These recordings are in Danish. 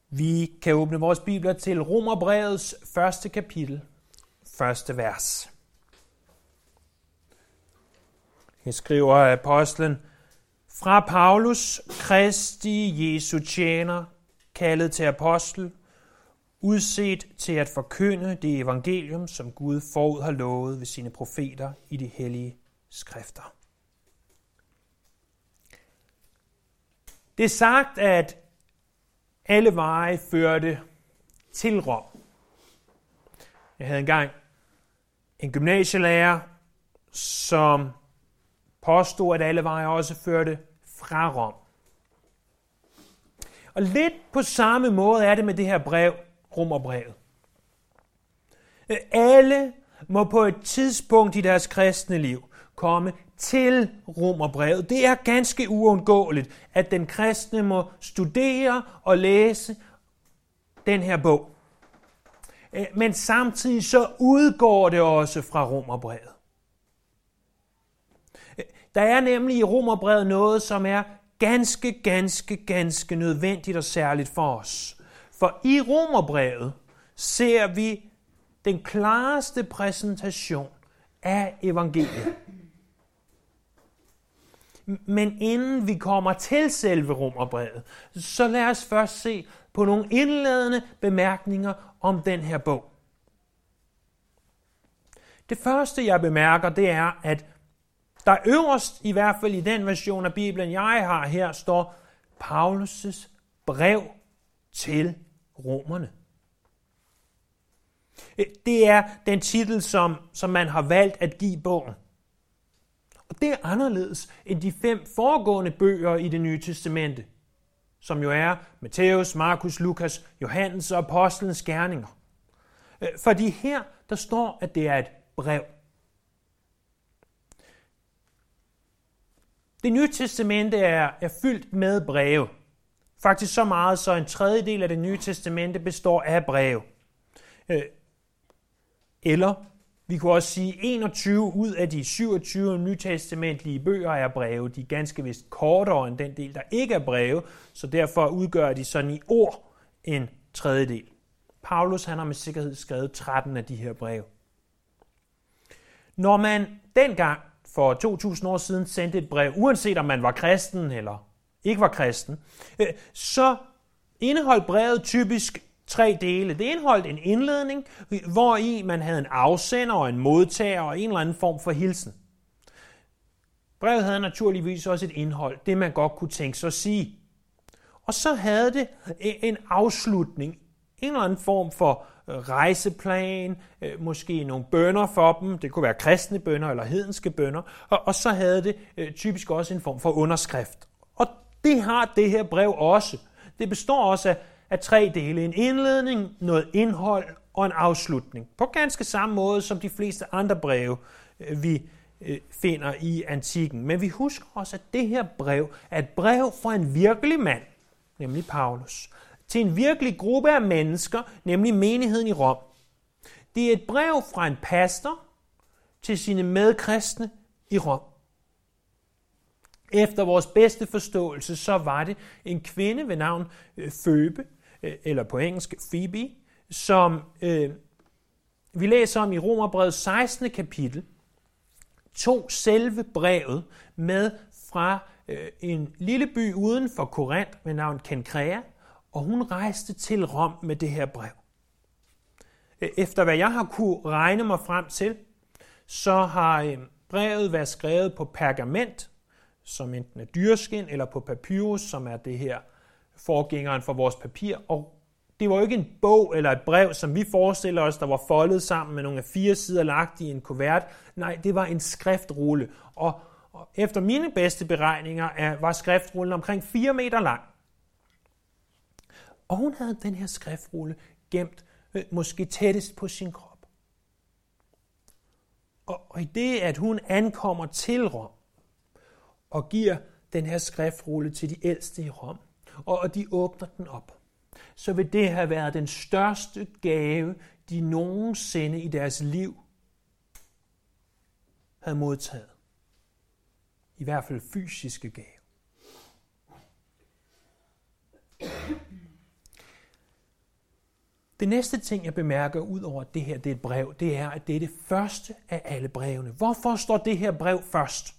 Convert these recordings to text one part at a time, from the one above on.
Vi kan åbne vores bibler til Romerbrevets første kapitel, første vers. Her skriver apostlen: Fra Paulus, Kristi Jesu tjener, kaldet til apostel, udset til at forkynde det evangelium, som Gud forud har lovet ved sine profeter i de hellige skrifter. Det er sagt, at alle veje førte til Rom. Jeg havde engang en gymnasielærer, som påstod, at alle veje også førte fra Rom. Og lidt på samme måde er det med det her brev, Romerbrevet. Alle må på et tidspunkt i deres kristne liv komme til Romerbrevet. Det er ganske uundgåeligt, at den kristne må studere og læse den her bog. Men samtidig så udgår det også fra Romerbrevet. Der er nemlig i Romerbrevet noget, som er ganske nødvendigt og særligt for os. For i Romerbrevet ser vi den klareste præsentation af evangeliet. Men inden vi kommer til selve Romerbrevet, så lad os først se på nogle indledende bemærkninger om den her bog. Det første, jeg bemærker, det er, at der øverst, i hvert fald i den version af Bibelen, jeg har her, står Paulus' brev til romerne. Det er den titel, som man har valgt at give bogen. Og det er anderledes end de 5 foregående bøger i Det Nye Testamente, som jo er Matthæus, Markus, Lukas, Johannes og Apostlenes gerninger. Fordi her, der står, at det er et brev. Det Nye Testamente er fyldt med breve. Faktisk så meget, så en tredjedel af Det Nye Testamente består af breve. Eller vi kunne også sige, 21 ud af de 27 nytestamentlige bøger er breve. De er ganske vist kortere end den del, der ikke er breve, så derfor udgør de sådan i ord en tredjedel. Paulus han har med sikkerhed skrevet 13 af de her breve. Når man dengang for 2000 år siden sendte et brev, uanset om man var kristen eller ikke var kristen, så indeholdt brevet typisk 3 dele. Det indeholdt en indledning, hvori man havde en afsender og en modtager og en eller anden form for hilsen. Brevet havde naturligvis også et indhold, det man godt kunne tænke sig at sige. Og så havde det en afslutning, en eller anden form for rejseplan, måske nogle bønner for dem, det kunne være kristne bønner eller hedenske bønner, og så havde det typisk også en form for underskrift. Og det har det her brev også. Det består også af 3 dele. En indledning, noget indhold og en afslutning. På ganske samme måde som de fleste andre breve, vi finder i antikken. Men vi husker også, at det her brev er et brev fra en virkelig mand, nemlig Paulus, til en virkelig gruppe af mennesker, nemlig menigheden i Rom. Det er et brev fra en pastor til sine medkristne i Rom. Efter vores bedste forståelse, så var det en kvinde ved navn Føbe, eller på engelsk Phoebe, som vi læser om i Romerbrevet 16. kapitel, tog selve brevet med fra en lille by uden for Korinth ved navn Kenkrea, og hun rejste til Rom med det her brev. Efter hvad jeg har kunne regne mig frem til, så har brevet været skrevet på pergament, som enten er dyreskin, eller på papyrus, som er det her forgængeren for vores papir. Og det var jo ikke en bog eller et brev, som vi forestiller os, der var foldet sammen med nogle 4 sider lagt i en kuvert. Nej, det var en skriftrulle. Og efter mine bedste beregninger var skriftrullen omkring 4 meter lang. Og hun havde den her skriftrulle gemt måske tættest på sin krop. Og i det, at hun ankommer til Rom og giver den her skriftrulle til de ældste i Rom, og de åbner den op, så vil det have været den største gave, de nogensinde i deres liv havde modtaget. I hvert fald fysiske gave. Det næste ting, jeg bemærker ud over, at det her det er et brev, det er, at det er det første af alle brevene. Hvorfor står det her brev først?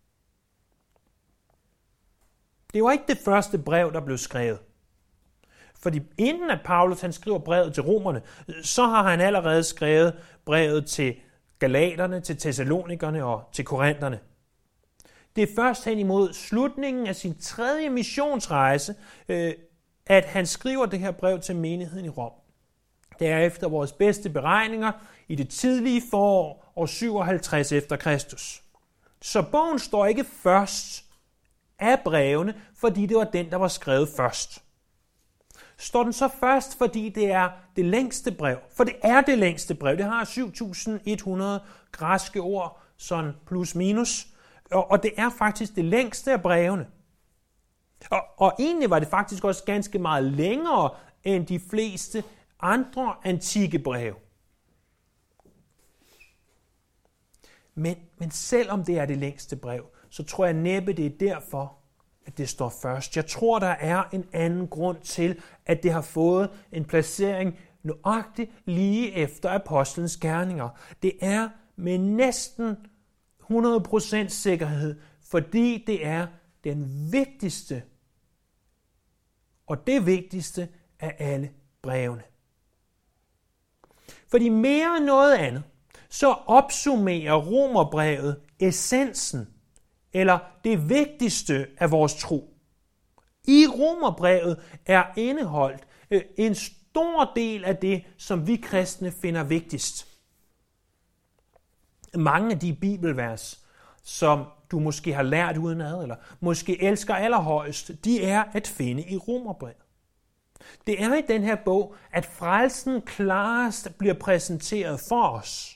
Det var ikke det første brev, der blev skrevet. Fordi inden at Paulus han skriver brevet til romerne, så har han allerede skrevet brevet til galaterne, til thessalonikerne og til korinterne. Det er først hen imod slutningen af sin 3. missionsrejse, at han skriver det her brev til menigheden i Rom. Det er efter vores bedste beregninger i det tidlige forår år 57 efter Kristus. Så bogen står ikke først af brevene, fordi det var den, der var skrevet først. Står den så først, fordi det er det længste brev? For det er det længste brev. Det har 7.100 græske ord, sådan plus minus. Og det er faktisk det længste af brevene. Og egentlig var det faktisk også ganske meget længere end de fleste andre antikke breve. Men selvom det er det længste brev, så tror jeg næppe, det er derfor, at det står først. Jeg tror, der er en anden grund til, at det har fået en placering nøjagtigt lige efter apostlens gerninger. Det er med næsten 100% sikkerhed, fordi det er den vigtigste og det vigtigste af alle brevene. Fordi mere end noget andet, så opsummerer Romerbrevet essensen, eller det vigtigste af vores tro. I Romerbrevet er indeholdt en stor del af det, som vi kristne finder vigtigst. Mange af de bibelvers, som du måske har lært udenad, eller måske elsker allerhøjst, de er at finde i Romerbrevet. Det er i den her bog, at frelsen klarest bliver præsenteret for os.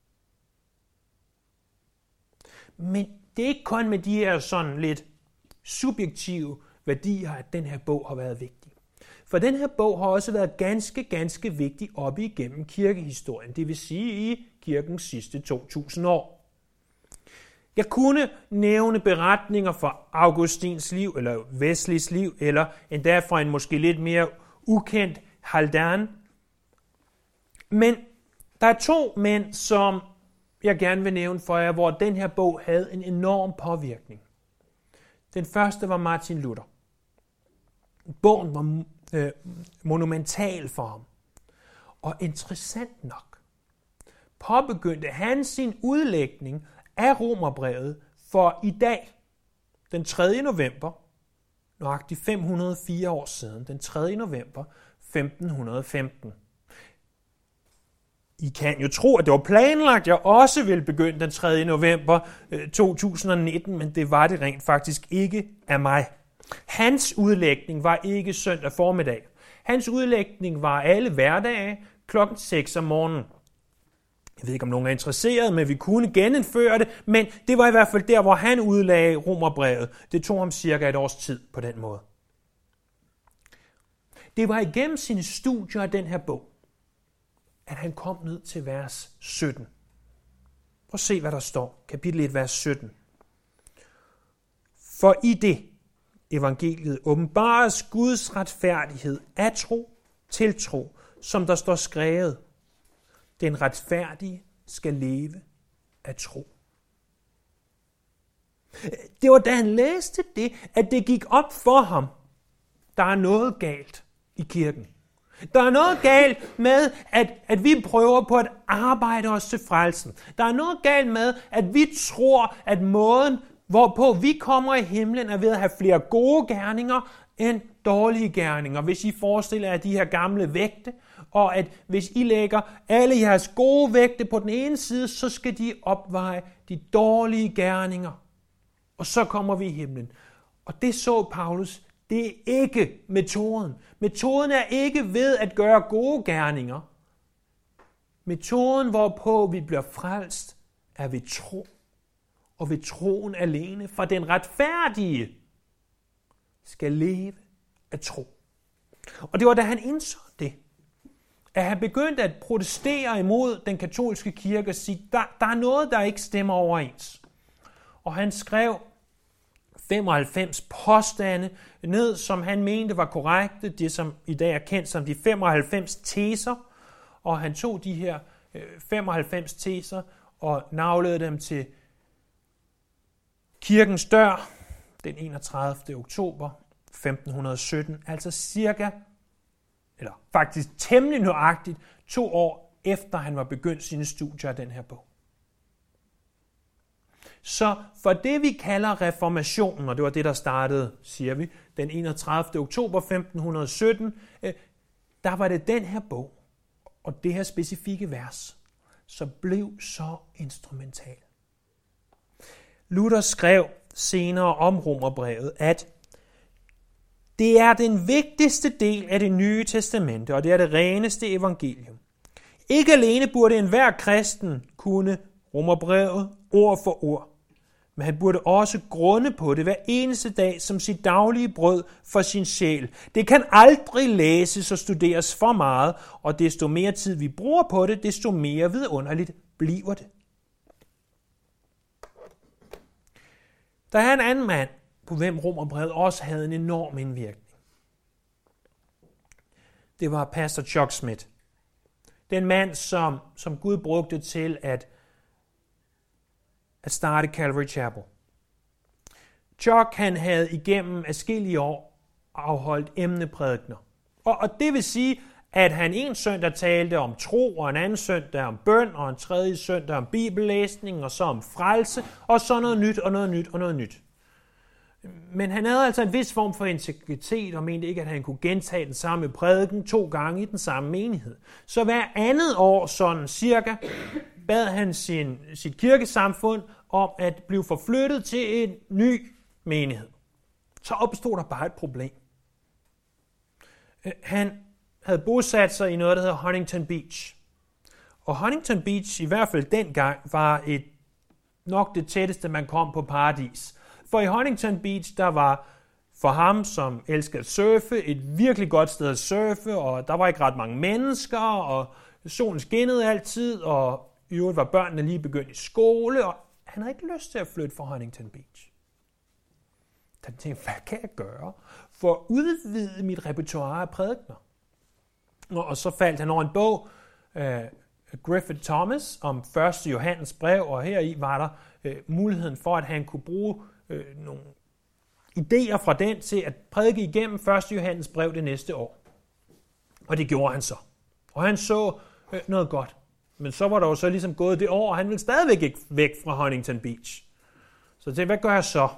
Men det er ikke kun med de her sådan lidt subjektive værdier, at den her bog har været vigtig. For den her bog har også været ganske vigtig oppe igennem kirkehistorien, det vil sige i kirkens sidste 2000 år. Jeg kunne nævne beretninger fra Augustins liv, eller Wesleys liv, eller endda fra en måske lidt mere ukendt Haldern. Men der er 2 mænd, som jeg gerne vil nævne for jer, hvor den her bog havde en enorm påvirkning. Den første var Martin Luther. Bogen var monumental for ham. Og interessant nok, påbegyndte han sin udlægning af Romerbrevet for i dag, den 3. november, nøjagtigt 504 år siden, den 3. november 1515. I kan jo tro, at det var planlagt, at jeg også ville begynde den 3. november 2019, men det var det rent faktisk ikke af mig. Hans udlægning var ikke søndag formiddag. Hans udlægning var alle hverdage klokken 6 om morgenen. Jeg ved ikke, om nogen er interesseret, men vi kunne genindføre det, men det var i hvert fald der, hvor han udlagde Romerbrevet. Det tog ham cirka et års tid på den måde. Det var igennem sine studier af den her bog, at han kom ned til vers 17. Prøv at se, hvad der står. Kapitel 1, vers 17. For i det evangeliet åbenbares Guds retfærdighed af tro til tro, som der står skrevet. Den retfærdige skal leve af tro. Det var da han læste det, at det gik op for ham. Der er noget galt i kirken. Der er noget galt med, at vi prøver på at arbejde os til frelsen. Der er noget galt med, at vi tror, at måden, hvorpå vi kommer i himlen, er ved at have flere gode gerninger end dårlige gerninger. Hvis I forestiller jer de her gamle vægte, og at hvis I lægger alle jeres gode vægte på den ene side, så skal de opveje de dårlige gerninger. Og så kommer vi i himlen. Og det så Paulus, det er ikke metoden. Metoden er ikke ved at gøre gode gerninger. Metoden, hvorpå vi bliver frelst, er ved tro. Og ved troen alene, for den retfærdige skal leve af tro. Og det var da han indså det, at han begyndte at protestere imod den katolske kirke og sige, der er noget, der ikke stemmer overens. Og han skrev 95 påstande ned, som han mente var korrekte, det som i dag er kendt som de 95 teser, og han tog de her 95 teser og naglede dem til kirkens dør den 31. oktober 1517, altså faktisk temmelig nøjagtigt 2 år efter han var begyndt sine studier af den her bog. Så for det, vi kalder reformationen, og det var det, der startede, siger vi, den 31. oktober 1517, der var det den her bog, og det her specifikke vers, som blev så instrumental. Luther skrev senere om Romerbrevet, at det er den vigtigste del af det nye testamente, og det er det reneste evangelium. Ikke alene burde enhver kristen kunne Romerbrevet ord for ord, men han burde også grunde på det hver eneste dag som sit daglige brød for sin sjæl. Det kan aldrig læses og studeres for meget, og desto mere tid vi bruger på det, desto mere vidunderligt bliver det. Der er en anden mand, på hvem Romerbrevet også havde en enorm indvirkning. Det var pastor Chuck Smith. Den mand, som Gud brugte til at starte Calvary Chapel. Chuck, han havde igennem adskillige år afholdt emneprædikener. Og det vil sige, at han en søndag talte om tro, og en anden søndag om bøn, og en tredje søndag om bibellæsning, og så om frelse, og så noget nyt, og noget nyt, og noget nyt. Men han havde altså en vis form for integritet, og mente ikke, at han kunne gentage den samme prædiken 2 gange i den samme menighed. Så hver andet år, sådan cirka, bad han sit kirkesamfund om at blive forflyttet til en ny menighed. Så opstod der bare et problem. Han havde bosat sig i noget, der hedder Huntington Beach. Og Huntington Beach, i hvert fald dengang, var nok det tætteste, man kom på paradis. For i Huntington Beach, der var for ham, som elskede at surfe, et virkelig godt sted at surfe, og der var ikke ret mange mennesker, og solen skinnede altid, og i øvrigt var børnene lige begyndt i skole, og han havde ikke lyst til at flytte fra Huntington Beach. Så han tænkte, hvad kan jeg gøre for at udvide mit repertoire af prædikener? Og så faldt han over en bog, Griffith Thomas, om 1. Johannes brev, og heri var der muligheden for, at han kunne bruge nogle idéer fra den til at prædike igennem 1. Johannes brev det næste år. Og det gjorde han så. Og han så noget godt. Men så var der jo så ligesom gået det år, og han ville stadigvæk ikke væk fra Huntington Beach. Så det, hvad gør jeg så?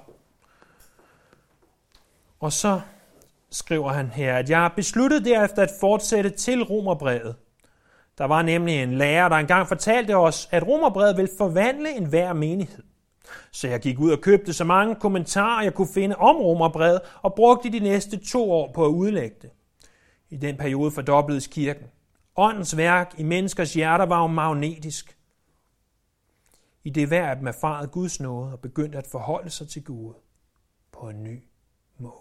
Og så skriver han her, at jeg har besluttet derefter at fortsætte til Romerbrevet. Der var nemlig en lærer, der engang fortalte os, at Romerbrevet vil forvandle enhver menighed. Så jeg gik ud og købte så mange kommentarer, jeg kunne finde om Romerbrevet, og brugte de næste 2 år på at udlægge det. I den periode fordobledes kirken. Åndens værk i menneskers hjerter var jo magnetisk. I det hver af dem erfarede Guds nåde og begyndte at forholde sig til Gud på en ny måde.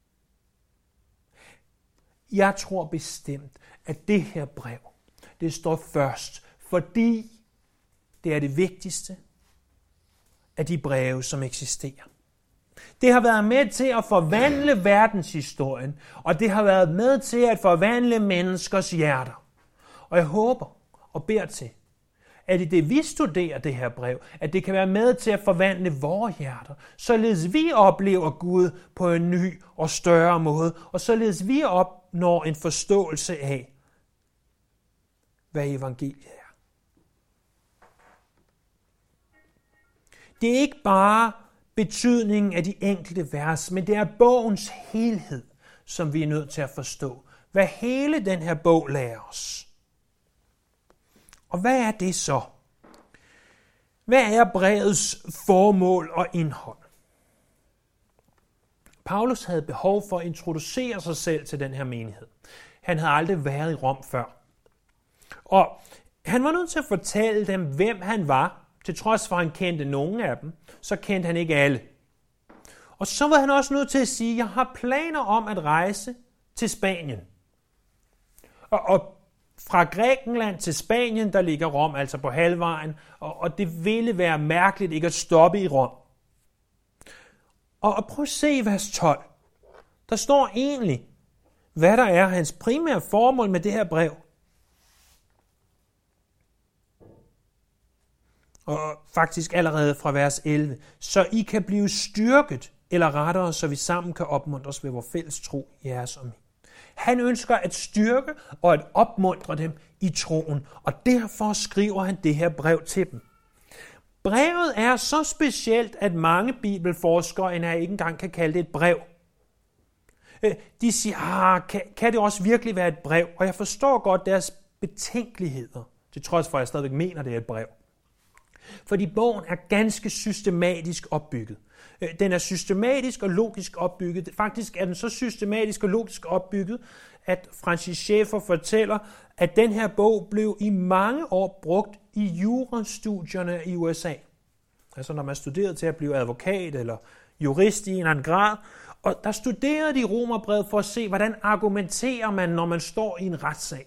Jeg tror bestemt, at det her brev, det står først, fordi det er det vigtigste af de breve, som eksisterer. Det har været med til at forvandle verdenshistorien, og det har været med til at forvandle menneskers hjerter. Og jeg håber og beder til, at i det vi studerer det her brev, at det kan være med til at forvandle vores hjerter, således vi oplever Gud på en ny og større måde, og således vi opnår en forståelse af, hvad evangeliet er. Det er ikke bare betydningen af de enkelte vers, men det er bogens helhed, som vi er nødt til at forstå. Hvad hele den her bog lærer os. Og hvad er det så? Hvad er brevets formål og indhold? Paulus havde behov for at introducere sig selv til den her menighed. Han havde aldrig været i Rom før. Og han var nødt til at fortælle dem, hvem han var. Til trods for, at han kendte nogle af dem, så kendte han ikke alle. Og så var han også nødt til at sige, at jeg har planer om at rejse til Spanien. Og fra Grækenland til Spanien, der ligger Rom altså på halvvejen, og det ville være mærkeligt ikke at stoppe i Rom. Og prøv at se i vers 12. Der står egentlig, hvad der er hans primære formål med det her brev. Og faktisk allerede fra vers 11. Så I kan blive styrket, eller rettere, så vi sammen kan opmuntres ved vores fælles tro i jeres og min. Han ønsker at styrke og at opmuntre dem i troen, og derfor skriver han det her brev til dem. Brevet er så specielt, at mange bibelforskere ikke engang kan kalde det et brev. De siger, kan det også virkelig være et brev? Og jeg forstår godt deres betænkeligheder, til trods for, at jeg stadigvæk mener, det er et brev. Fordi bogen er ganske systematisk opbygget. Den er systematisk og logisk opbygget. Faktisk er den så systematisk og logisk opbygget, at Francis Schaeffer fortæller, at den her bog blev i mange år brugt i jurastudierne i USA. Altså når man studerede til at blive advokat eller jurist i en eller anden grad. Og der studerede de Romerbrevet for at se, hvordan argumenterer man, når man står i en retssal.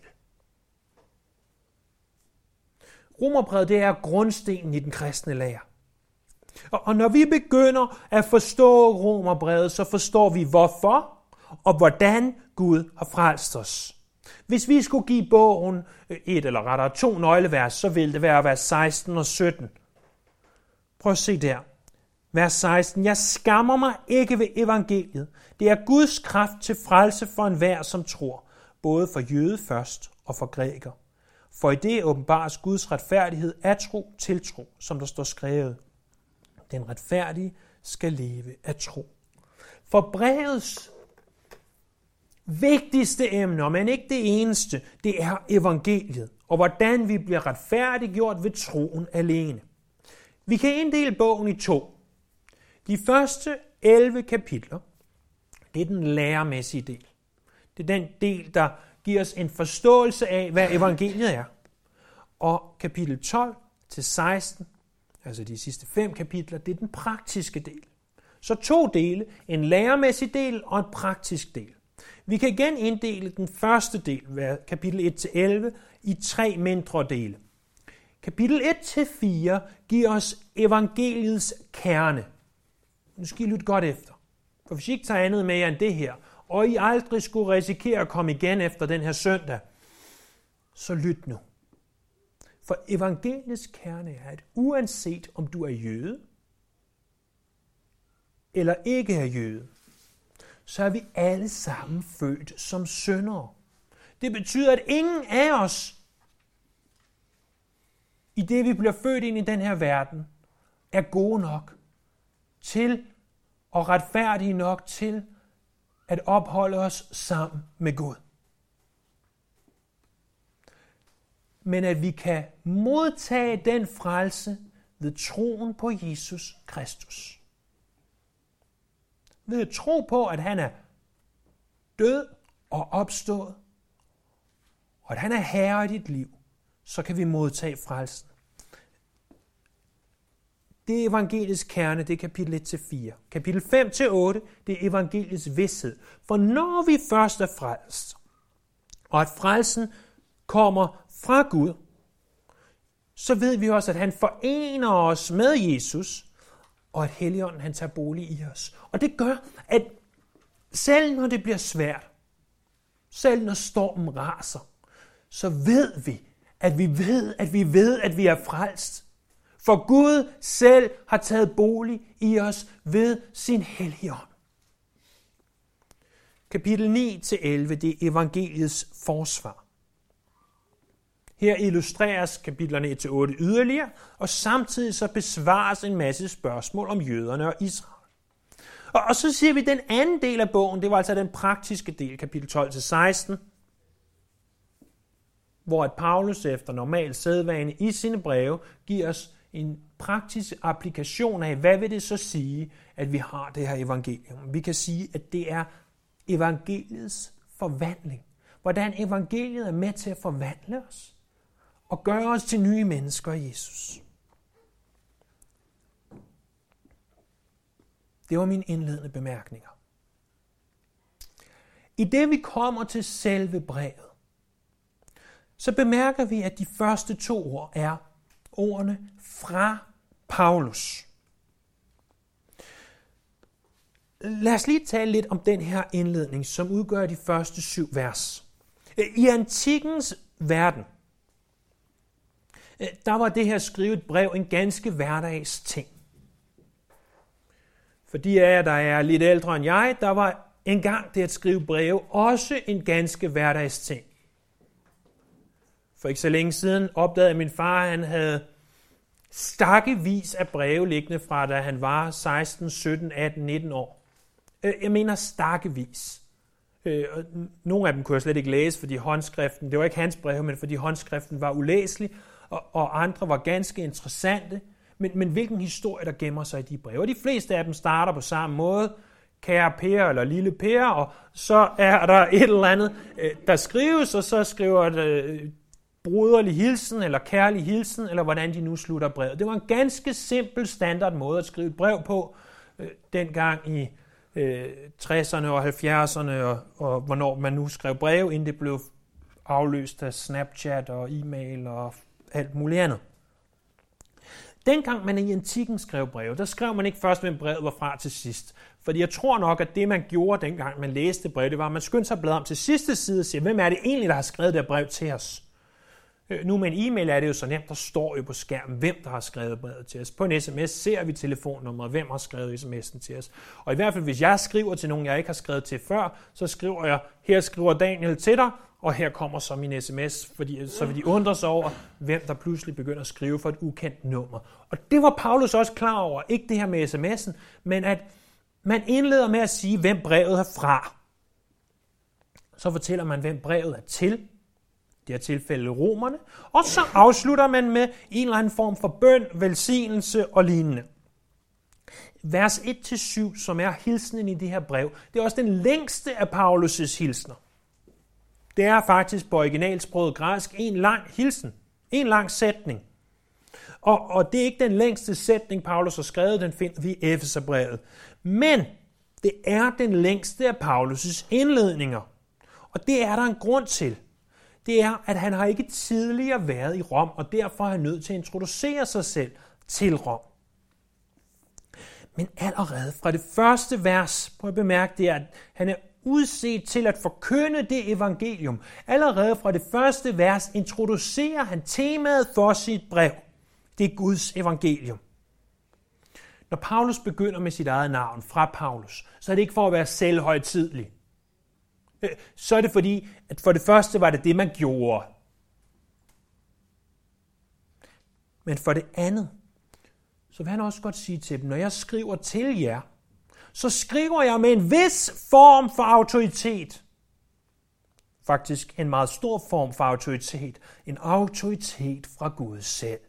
Romerbrevet, det er grundstenen i den kristne lære. Og når vi begynder at forstå Romerbrevet, så forstår vi hvorfor og hvordan Gud har frelst os. Hvis vi skulle give bogen et eller rettere 2 nøglevers, så ville det være vers 16 og 17. Prøv at se der. Vers 16. Jeg skammer mig ikke ved evangeliet. Det er Guds kraft til frelse for enhver, som tror, både for jøde først og for græker. For i det åbenbares Guds retfærdighed af tro til tro, som der står skrevet. Den retfærdige skal leve af tro. For brevets vigtigste emne, men ikke det eneste, det er evangeliet, og hvordan vi bliver retfærdiggjort ved troen alene. Vi kan inddele bogen i 2. De første 11 kapitler, det er den læremæssige del. Det er den del, der giver os en forståelse af, hvad evangeliet er. Og kapitel 12 til 16, altså de sidste 5 kapitler, det er den praktiske del. Så 2 dele, en læremæssig del og en praktisk del. Vi kan igen inddele den første del, kapitel 1-11, i 3 mindre dele. Kapitel 1-4 giver os evangeliets kerne. Nu skal I lytte godt efter. For hvis I ikke tager andet med end det her, og I aldrig skulle risikere at komme igen efter den her søndag, så lyt nu. For evangeliets kerne er, at uanset om du er jøde, eller ikke er jøde, så er vi alle sammen født som syndere. Det betyder, at ingen af os, i det vi bliver født ind i den her verden, er gode nok til og retfærdige nok til at opholde os sammen med Gud. Men at vi kan modtage den frelse ved troen på Jesus Kristus. Ved at tro på, at han er død og opstået, og at han er herre i dit liv, så kan vi modtage frelsen. Det er evangeliets kerne, det er kapitel 1-4. Kapitel 5-8, det er evangeliets vished. For når vi først er frelst, og at frelsen kommer fra Gud, så ved vi også, at han forener os med Jesus, og at Helligånden han tager bolig i os. Og det gør, at selv når det bliver svært, selv når stormen raser, så ved vi, at vi er frelst. For Gud selv har taget bolig i os ved sin Helligånd. Kapitel 9-11, det er evangeliets forsvar. Her illustreres kapitlerne 1-8 yderligere, og samtidig så besvares en masse spørgsmål om jøderne og Israel. Og så siger vi, den anden del af bogen, det var altså den praktiske del, kapitel 12-16, hvor at Paulus efter normal sædvane i sine breve giver os en praktisk applikation af, hvad vil det så sige, at vi har det her evangelium. Vi kan sige, at det er evangeliets forvandling. Hvordan evangeliet er med til at forvandle os og gøre os til nye mennesker i Jesus. Det var mine indledende bemærkninger. I det vi kommer til selve brevet, så bemærker vi, at de første 2 ord er ordene fra Paulus. Lad os lige tale lidt om den her indledning, som udgør de første 7 vers. I antikkens verden, der var det her at skrive et brev en ganske hverdags ting. For de af jer, der er lidt ældre end jeg, der var engang det at skrive breve også en ganske hverdags ting. For ikke så længe siden opdagede min far, at han havde stakkevis af breve liggende fra, da han var 16, 17, 18, 19 år. Jeg mener stakkevis. Nogle af dem kunne jeg slet ikke læse, fordi håndskriften, det var ikke hans breve, men fordi håndskriften var ulæselig, og andre var ganske interessante. Men hvilken historie, der gemmer sig i de breve? Og de fleste af dem starter på samme måde. Kære Per eller lille Per, og så er der et eller andet, der skrives, og så skriver det broderlig hilsen, eller kærlig hilsen, eller hvordan de nu slutter brevet. Det var en ganske simpel standard måde at skrive et brev på, dengang i 60'erne og 70'erne, og hvornår man nu skrev brev, inden det blev afløst af Snapchat og e-mail og alt muligt andet. Dengang man i antikken skrev breve, der skrev man ikke først, hvem brevet var fra til sidst. Fordi jeg tror nok, at det man gjorde dengang man læste brev, det var, at man skyndte sig at bladre om til sidste side og sige, hvem er det egentlig, der har skrevet det brev til os? Nu med en e-mail er det jo så nemt, der står jo på skærmen, hvem der har skrevet brevet til os. På en sms ser vi telefonnummeret, hvem har skrevet sms'en til os. Og i hvert fald, hvis jeg skriver til nogen, jeg ikke har skrevet til før, så skriver jeg, her skriver Daniel til dig, og her kommer så min sms, fordi så vil de undre sig over, hvem der pludselig begynder at skrive for et ukendt nummer. Og det var Paulus også klar over, ikke det her med sms'en, men at man indleder med at sige, hvem brevet er fra. Så fortæller man, hvem brevet er til, det her tilfælde romerne, og så afslutter man med en eller anden form for bøn, velsignelse og lignende. Vers 1-7, som er hilsenen i det her brev, det er også den længste af Paulus' hilsner. Det er faktisk på originalsproget græsk en lang hilsen, en lang sætning. Og det er ikke den længste sætning, Paulus har skrevet, den finder vi i Efeserbrevet. Men det er den længste af Paulus' indledninger. Og det er der en grund til. Det er, at han har ikke tidligere været i Rom, og derfor er han nødt til at introducere sig selv til Rom. Men allerede fra det første vers, prøv at bemærke det, at han er udset til at forkynde det evangelium. Allerede fra det første vers introducerer han temaet for sit brev. Det er Guds evangelium. Når Paulus begynder med sit eget navn fra Paulus, så er det ikke for at være selvhøjtidlig. Så er det fordi, at for det første var det man gjorde. Men for det andet, så vil han også godt sige til dem, når jeg skriver til jer, så skriver jeg med en vis form for autoritet. Faktisk en meget stor form for autoritet. En autoritet fra Gud selv.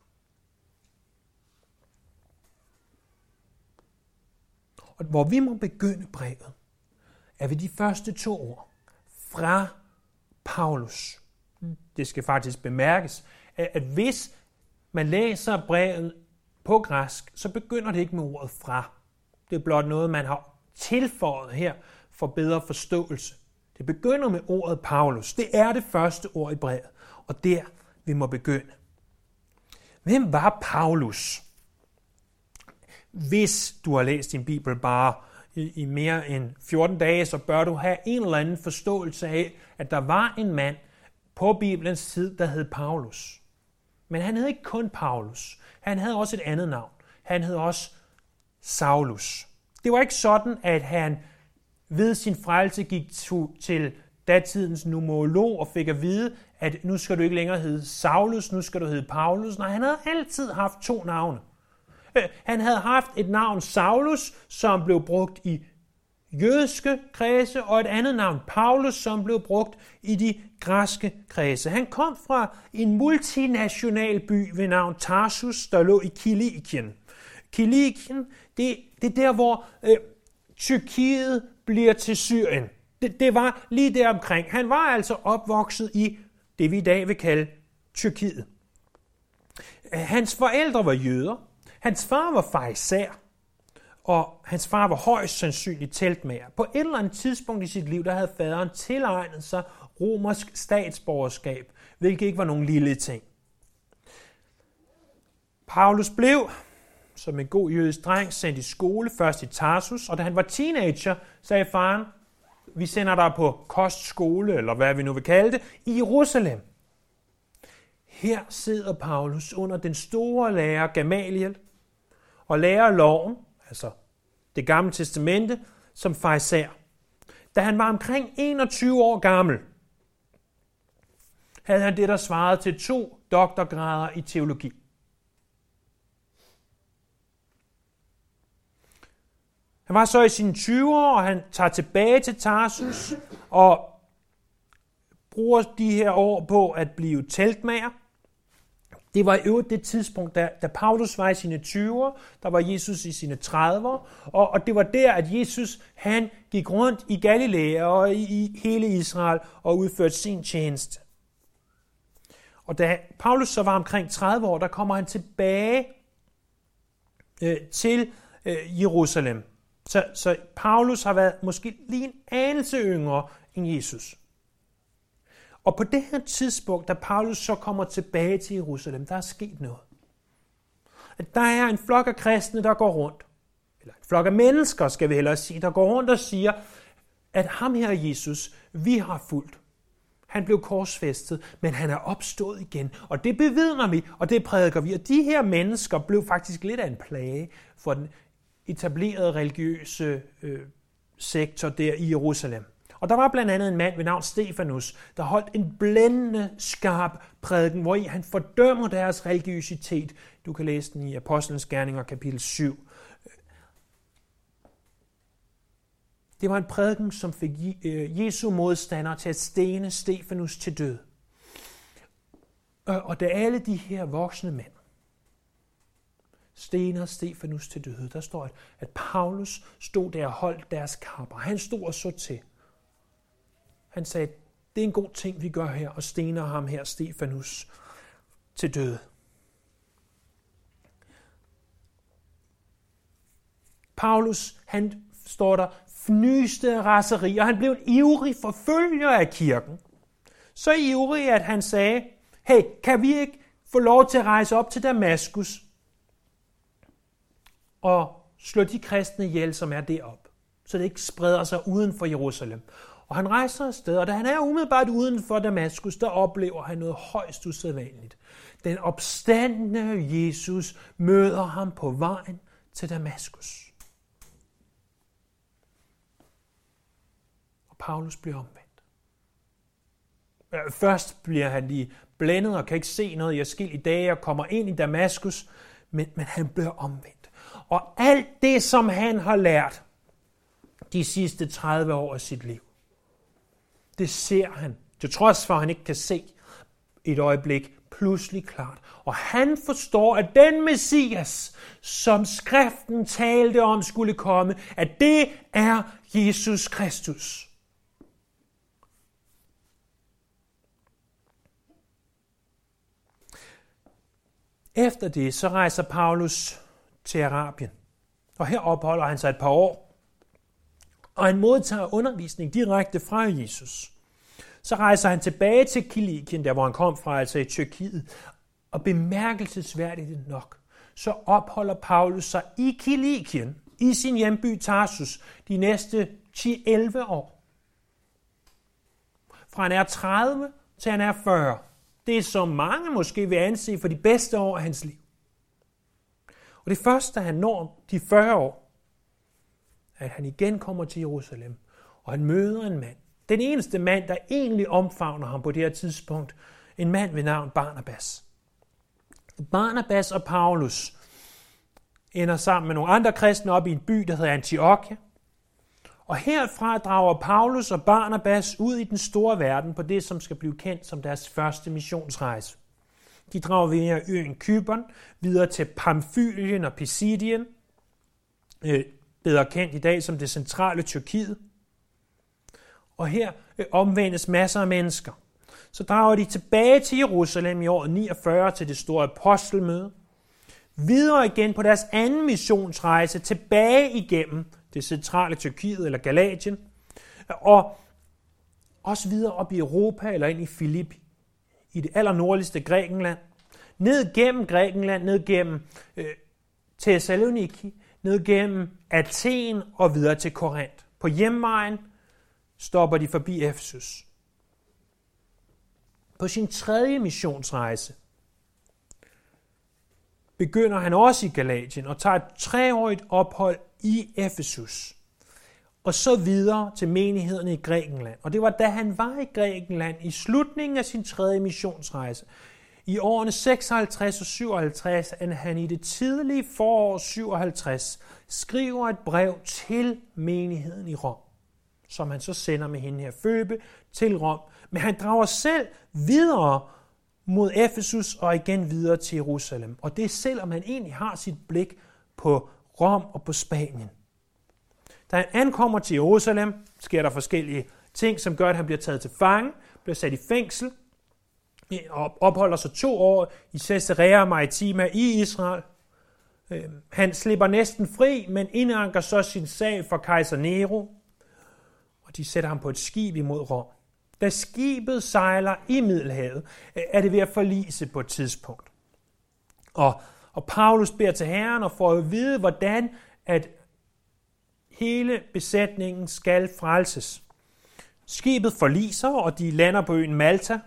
Og hvor vi må begynde brevet, er ved de første 2 ord fra Paulus. Det skal faktisk bemærkes, at hvis man læser brevet på græsk, så begynder det ikke med ordet fra. Det er blot noget, man har tilføjet her for bedre forståelse. Det begynder med ordet Paulus. Det er det første ord i brevet, og der vi må begynde. Hvem var Paulus? Hvis du har læst din bibel bare i mere end 14 dage, så bør du have en eller anden forståelse af, at der var en mand på Bibelens tid, der hed Paulus. Men han hed ikke kun Paulus. Han havde også et andet navn. Han hed også Saulus. Det var ikke sådan, at han ved sin frelse gik til datidens numerolog og fik at vide, at nu skal du ikke længere hedde Saulus, nu skal du hedde Paulus. Nej, han havde altid haft 2 navne. Han havde haft et navn Saulus, som blev brugt i jødiske kredse, og et andet navn Paulus, som blev brugt i de græske kredse. Han kom fra en multinational by ved navn Tarsus, der lå i Kilikien. Kilikien, det er der, hvor Tyrkiet bliver til Syrien. Det var lige der omkring. Han var altså opvokset i det, vi i dag vil kalde Tyrkiet. Hans forældre var jøder. Hans far var farisæer, og hans far var højst sandsynligt teltmager. På et eller andet tidspunkt i sit liv, der havde faderen tilegnet sig romersk statsborgerskab, hvilket ikke var nogen lille ting. Paulus blev, som en god jødisk dreng, sendt i skole, først i Tarsus, og da han var teenager, sagde faren, vi sender dig på kostskole, eller hvad vi nu vil kalde det, i Jerusalem. Her sidder Paulus under den store lærer Gamaliel, og lærer loven, altså det gamle testamente, som farisæer. Da han var omkring 21 år gammel, havde han det, der svarede til 2 doktorgrader i teologi. Han var så i sine 20'ere, og han tager tilbage til Tarsus og bruger de her år på at blive teltmager. Det var i øvrigt det tidspunkt, da Paulus var i sine 20'ere, der var Jesus i sine 30'ere, og det var der, at Jesus han gik rundt i Galilea og i hele Israel og udførte sin tjeneste. Og da Paulus så var omkring 30 år, der kommer han tilbage til Jerusalem. Så Paulus har været måske lige en anelse yngre end Jesus. Og på det her tidspunkt, da Paulus så kommer tilbage til Jerusalem, der er sket noget. At der er en flok af kristne, der går rundt, eller en flok af mennesker, skal vi hellere sige, der går rundt og siger, at ham her Jesus, vi har fulgt. Han blev korsfæstet, men han er opstået igen. Og det bevidner vi, og det prædiker vi. Og de her mennesker blev faktisk lidt af en plage for den etablerede religiøse sektor der i Jerusalem. Og der var blandt andet en mand ved navn Stefanus, der holdt en blændende skarp prædiken, hvor han fordømmer deres religiøsitet. Du kan læse den i Apostlenes Gerninger kapitel 7. Det var en prædiken, som fik Jesu modstandere til at stene Stefanus til død. Og da alle de her voksne mænd stener Stefanus til døde, der står, at Paulus stod der og holdt deres kapper. Han stod og så til. Han sagde, det er en god ting, vi gør her, og stener ham her, Stefanus, til døde. Paulus, han står der, fnyste af raseri, og han blev en ivrig forfølger af kirken. Så ivrig, at han sagde, hey, kan vi ikke få lov til at rejse op til Damaskus og slå de kristne ihjel, som er deroppe, så det ikke spreder sig uden for Jerusalem. Og han rejser afsted, og da han er umiddelbart uden for Damaskus, der oplever han noget højst usædvanligt. Den opstandne Jesus møder ham på vejen til Damaskus. Og Paulus bliver omvendt. Først bliver han lige blændet og kan ikke se noget i adskillige dage og kommer ind i Damaskus, men han bliver omvendt. Og alt det, som han har lært de sidste 30 år af sit liv, det ser han, til trods for, at han ikke kan se et øjeblik, pludselig klart. Og han forstår, at den Messias, som skriften talte om skulle komme, at det er Jesus Kristus. Efter det, så rejser Paulus til Arabien. Og her opholder han sig et par år. Og han modtager undervisning direkte fra Jesus. Så rejser han tilbage til Kilikien, der hvor han kom fra, altså i Tyrkiet. Og bemærkelsesværdigt nok, så opholder Paulus sig i Kilikien, i sin hjemby Tarsus, de næste 10-11 år. Fra han er 30 til han er 40. Det er så mange måske vil anse for de bedste år af hans liv. Og det første, han når de 40 år, at han igen kommer til Jerusalem, og han møder en mand. Den eneste mand, der egentlig omfavner ham på det her tidspunkt, en mand ved navn Barnabas. Barnabas og Paulus ender sammen med nogle andre kristne op i en by, der hedder Antiochia. Og herfra drager Paulus og Barnabas ud i den store verden på det, som skal blive kendt som deres første missionsrejse. De drager via øen Cypern, videre til Pamfylien og Pisidien, bedre kendt i dag som det centrale Tyrkiet. Og her omvendes masser af mennesker. Så drager de tilbage til Jerusalem i året 49 til det store apostelmøde. Videre igen på deres anden missionsrejse tilbage igennem det centrale Tyrkiet eller Galatien. Og også videre op i Europa eller ind i Filippi, i det allernordligste Grækenland. Ned gennem Grækenland, ned gennem Thessaloniki, ned gennem Athen og videre til Korinth. På hjemvejen stopper de forbi Efesus. På sin 3. missionsrejse begynder han også i Galatien og tager et 3-årigt ophold i Efesus. Og så videre til menighederne i Grækenland. Og det var da han var i Grækenland i slutningen af sin 3. missionsrejse, i årene 56 og 57, at han i det tidlige forår 57 skriver et brev til menigheden i Rom, som han så sender med hende her Føbe til Rom. Men han drager selv videre mod Efesus og igen videre til Jerusalem. Og det er selvom han egentlig har sit blik på Rom og på Spanien. Da han ankommer til Jerusalem, sker der forskellige ting, som gør, at han bliver taget til fange, bliver sat i fængsel og opholder sig 2 år i Caesarea Maritima i Israel. Han slipper næsten fri, men indanker så sin sag for kejser Nero, og de sætter ham på et skib imod Rom. Da skibet sejler i Middelhavet, er det ved at forlise på et tidspunkt. Og Paulus beder til Herren og får at vide, hvordan at hele besætningen skal frelses. Skibet forliser, og de lander på øen Malta.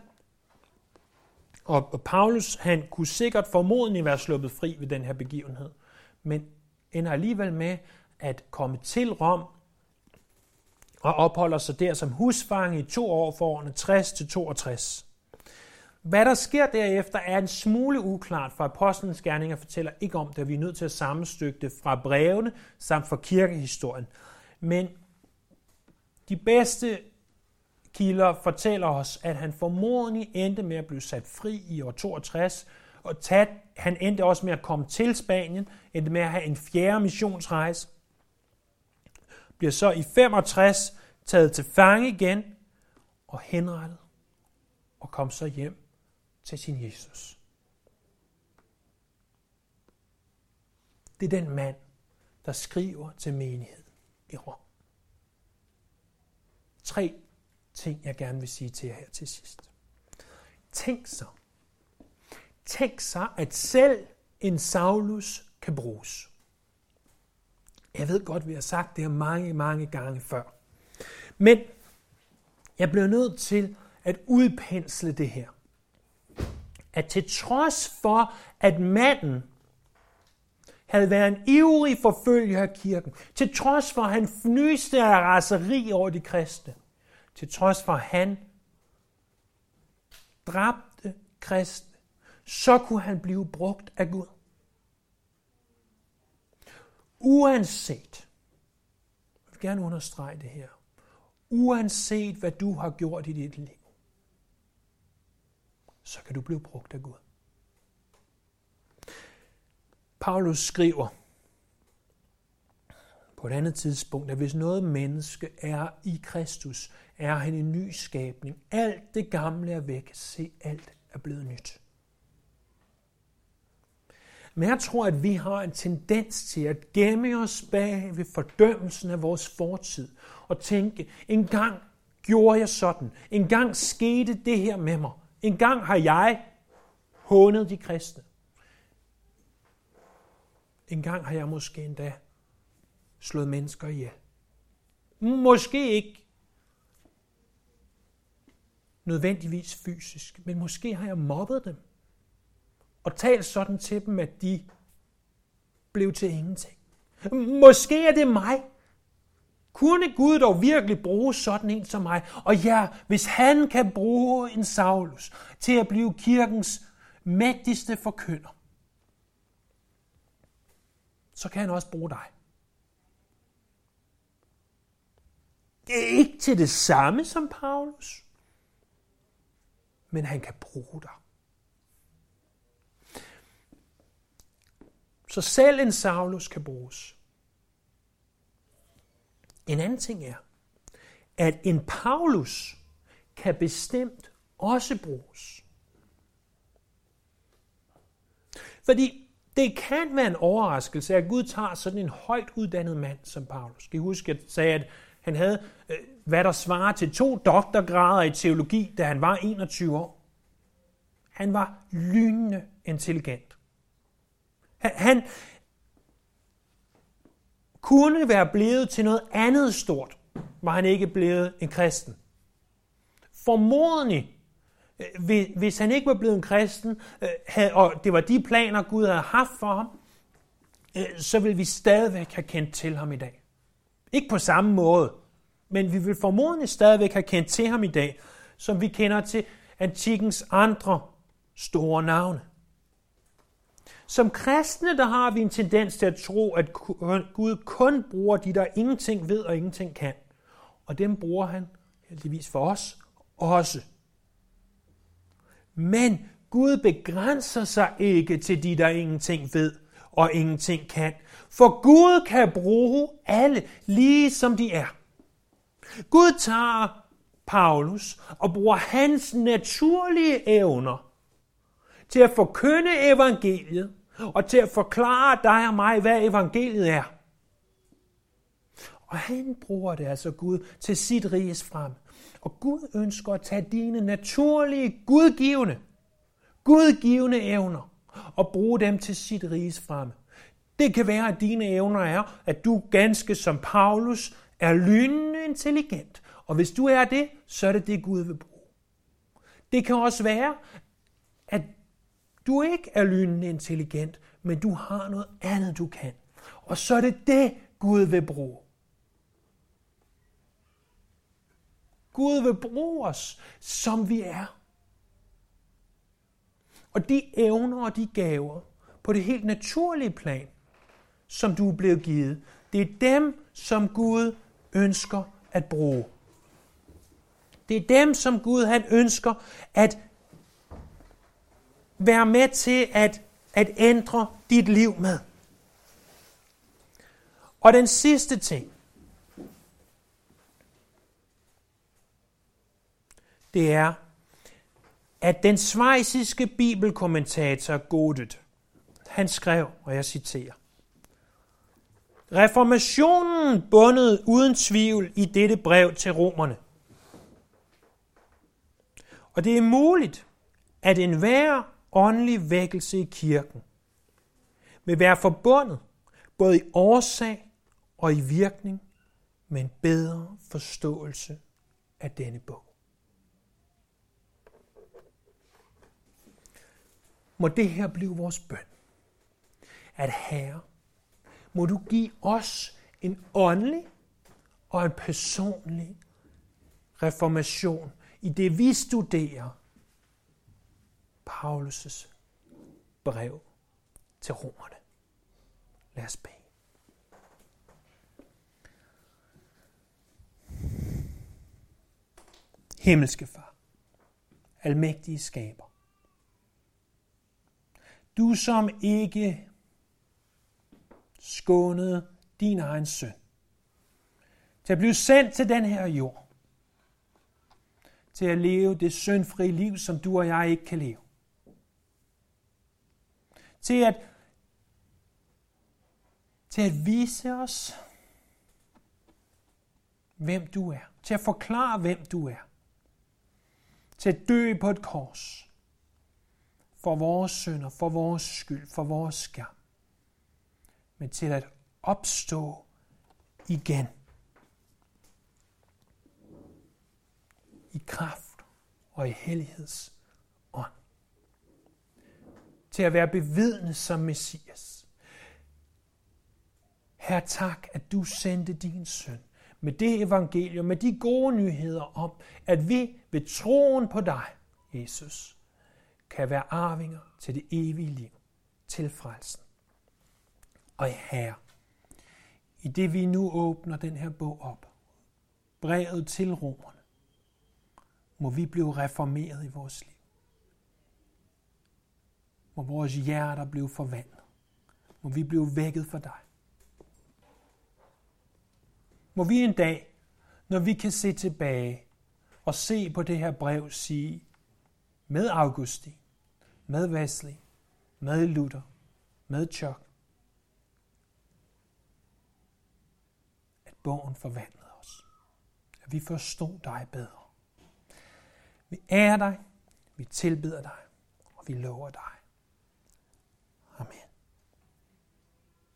Og Paulus, han kunne sikkert formodentlig være sluppet fri ved den her begivenhed, men ender alligevel med at komme til Rom og opholder sig der som husfange i 2 år for årene 60 til 62. Hvad der sker derefter er en smule uklart, for Apostlenes Gerninger fortæller ikke om det, vi er nødt til at sammenstykke det fra brevene samt fra kirkehistorien. Men de bedste kilder fortæller os, at han formodentlig endte med at blive sat fri i år 62, og han endte også med at komme til Spanien, endte med at have en 4. missionsrejse, bliver så i 65 taget til fange igen og henrettet, og kom så hjem til sin Jesus. Det er den mand, der skriver til menigheden i Rom. 3 ting, jeg gerne vil sige til jer her til sidst. Tænk så, at selv en Saulus kan bruges. Jeg ved godt, vi har sagt det her mange, mange gange før. Men jeg bliver nødt til at udpensle det her. At til trods for, at manden havde været en ivrig forfølger af kirken, til trods for, at han fnyste af raseri over de kristne, til trods for, at han dræbte kristne, så kunne han blive brugt af Gud. Uanset, jeg vil gerne understrege det her, uanset hvad du har gjort i dit liv, så kan du blive brugt af Gud. Paulus skriver på et andet tidspunkt, at hvis noget menneske er i Kristus, er han en ny skabning. Alt det gamle er væk. Se, alt er blevet nyt. Men jeg tror, at vi har en tendens til at gemme os bag ved fordømmelsen af vores fortid og tænke, en gang gjorde jeg sådan, en gang skete det her med mig, en gang har jeg hånet de kristne. En gang har jeg måske endda slået mennesker ihjel. Måske ikke nødvendigvis fysisk, men måske har jeg mobbet dem og talt sådan til dem, at de blev til ingenting. Måske er det mig. Kunne Gud dog virkelig bruge sådan en som mig? Og ja, hvis han kan bruge en Saulus til at blive kirkens mægtigste forkynder, så kan han også bruge dig. Det er ikke til det samme som Paulus, men han kan bruge dig. Så selv en Saulus kan bruges. En anden ting er, at en Paulus kan bestemt også bruges. Fordi det kan være en overraskelse, at Gud tager sådan en højt uddannet mand som Paulus. Skal I huske, at jeg sagde, at han havde, hvad der svarer til 2 doktorgrader i teologi, da han var 21 år. Han var lynende intelligent. Han kunne være blevet til noget andet stort, var han ikke blevet en kristen. Formodentlig, hvis han ikke var blevet en kristen, og det var de planer, Gud havde haft for ham, så vil vi stadigvæk have kendt til ham i dag. Ikke på samme måde, men vi vil formodentlig stadigvæk have kendt til ham i dag, som vi kender til antikkens andre store navne. Som kristne, der har vi en tendens til at tro, at Gud kun bruger de, der ingenting ved og ingenting kan. Og dem bruger han heldigvis for os også. Men Gud begrænser sig ikke til de, der ingenting ved og ingenting kan. For Gud kan bruge alle, lige som de er. Gud tager Paulus og bruger hans naturlige evner til at forkynde evangeliet og til at forklare dig og mig, hvad evangeliet er. Og han bruger det altså Gud til sit riges frem. Og Gud ønsker at tage dine naturlige, gudgivende evner og bruge dem til sit riges frem. Det kan være, at dine evner er, at du ganske som Paulus er lynende intelligent. Og hvis du er det, så er det det, Gud vil bruge. Det kan også være, at du ikke er lynende intelligent, men du har noget andet, du kan. Og så er det det, Gud vil bruge. Gud vil bruge os, som vi er. Og de evner og de gaver på det helt naturlige plan, som du er blevet givet, det er dem, som Gud ønsker at bruge. Det er dem, som Gud han ønsker at være med til at ændre dit liv med. Og den sidste ting, det er, at den schweiziske bibelkommentator Godet, han skrev, og jeg citerer: Reformationen bundet uden tvivl i dette brev til romerne. Og det er muligt, at enhver åndelig vækkelse i kirken vil være forbundet både i årsag og i virkning med en bedre forståelse af denne bog. Må det her blive vores bøn, at Herre, må du give os en åndelig og en personlig reformation i det, vi studerer Paulus' brev til romerne. Lad os bede. Himmelske Far, almægtige skaber, du som ikke skånede din egen søn til at blive sendt til den her jord, til at leve det syndfrie liv, som du og jeg ikke kan leve. Til at vise os, hvem du er. Til at forklare, hvem du er. Til at dø på et kors. For vores synder, for vores skyld, for vores skam. Men til at opstå igen. I kraft og i helligheds ånd. Til at være bevidnet som Messias. Herre, tak, at du sendte din søn med det evangelium, med de gode nyheder om, at vi ved troen på dig, Jesus, kan være arvinger til det evige liv, til frelsen. Og Herre, i det vi nu åbner den her bog op, brevet til romerne, må vi blive reformeret i vores liv. Må vores hjerter blive forvandlet. Må vi blive vækket for dig. Må vi en dag, når vi kan se tilbage og se på det her brev, sige med Augustin, med Wesley, med Luther, med Chuck, at bogen forvandlede os. At vi forstod dig bedre. Vi ærer dig, vi tilbeder dig, og vi lover dig. Amen.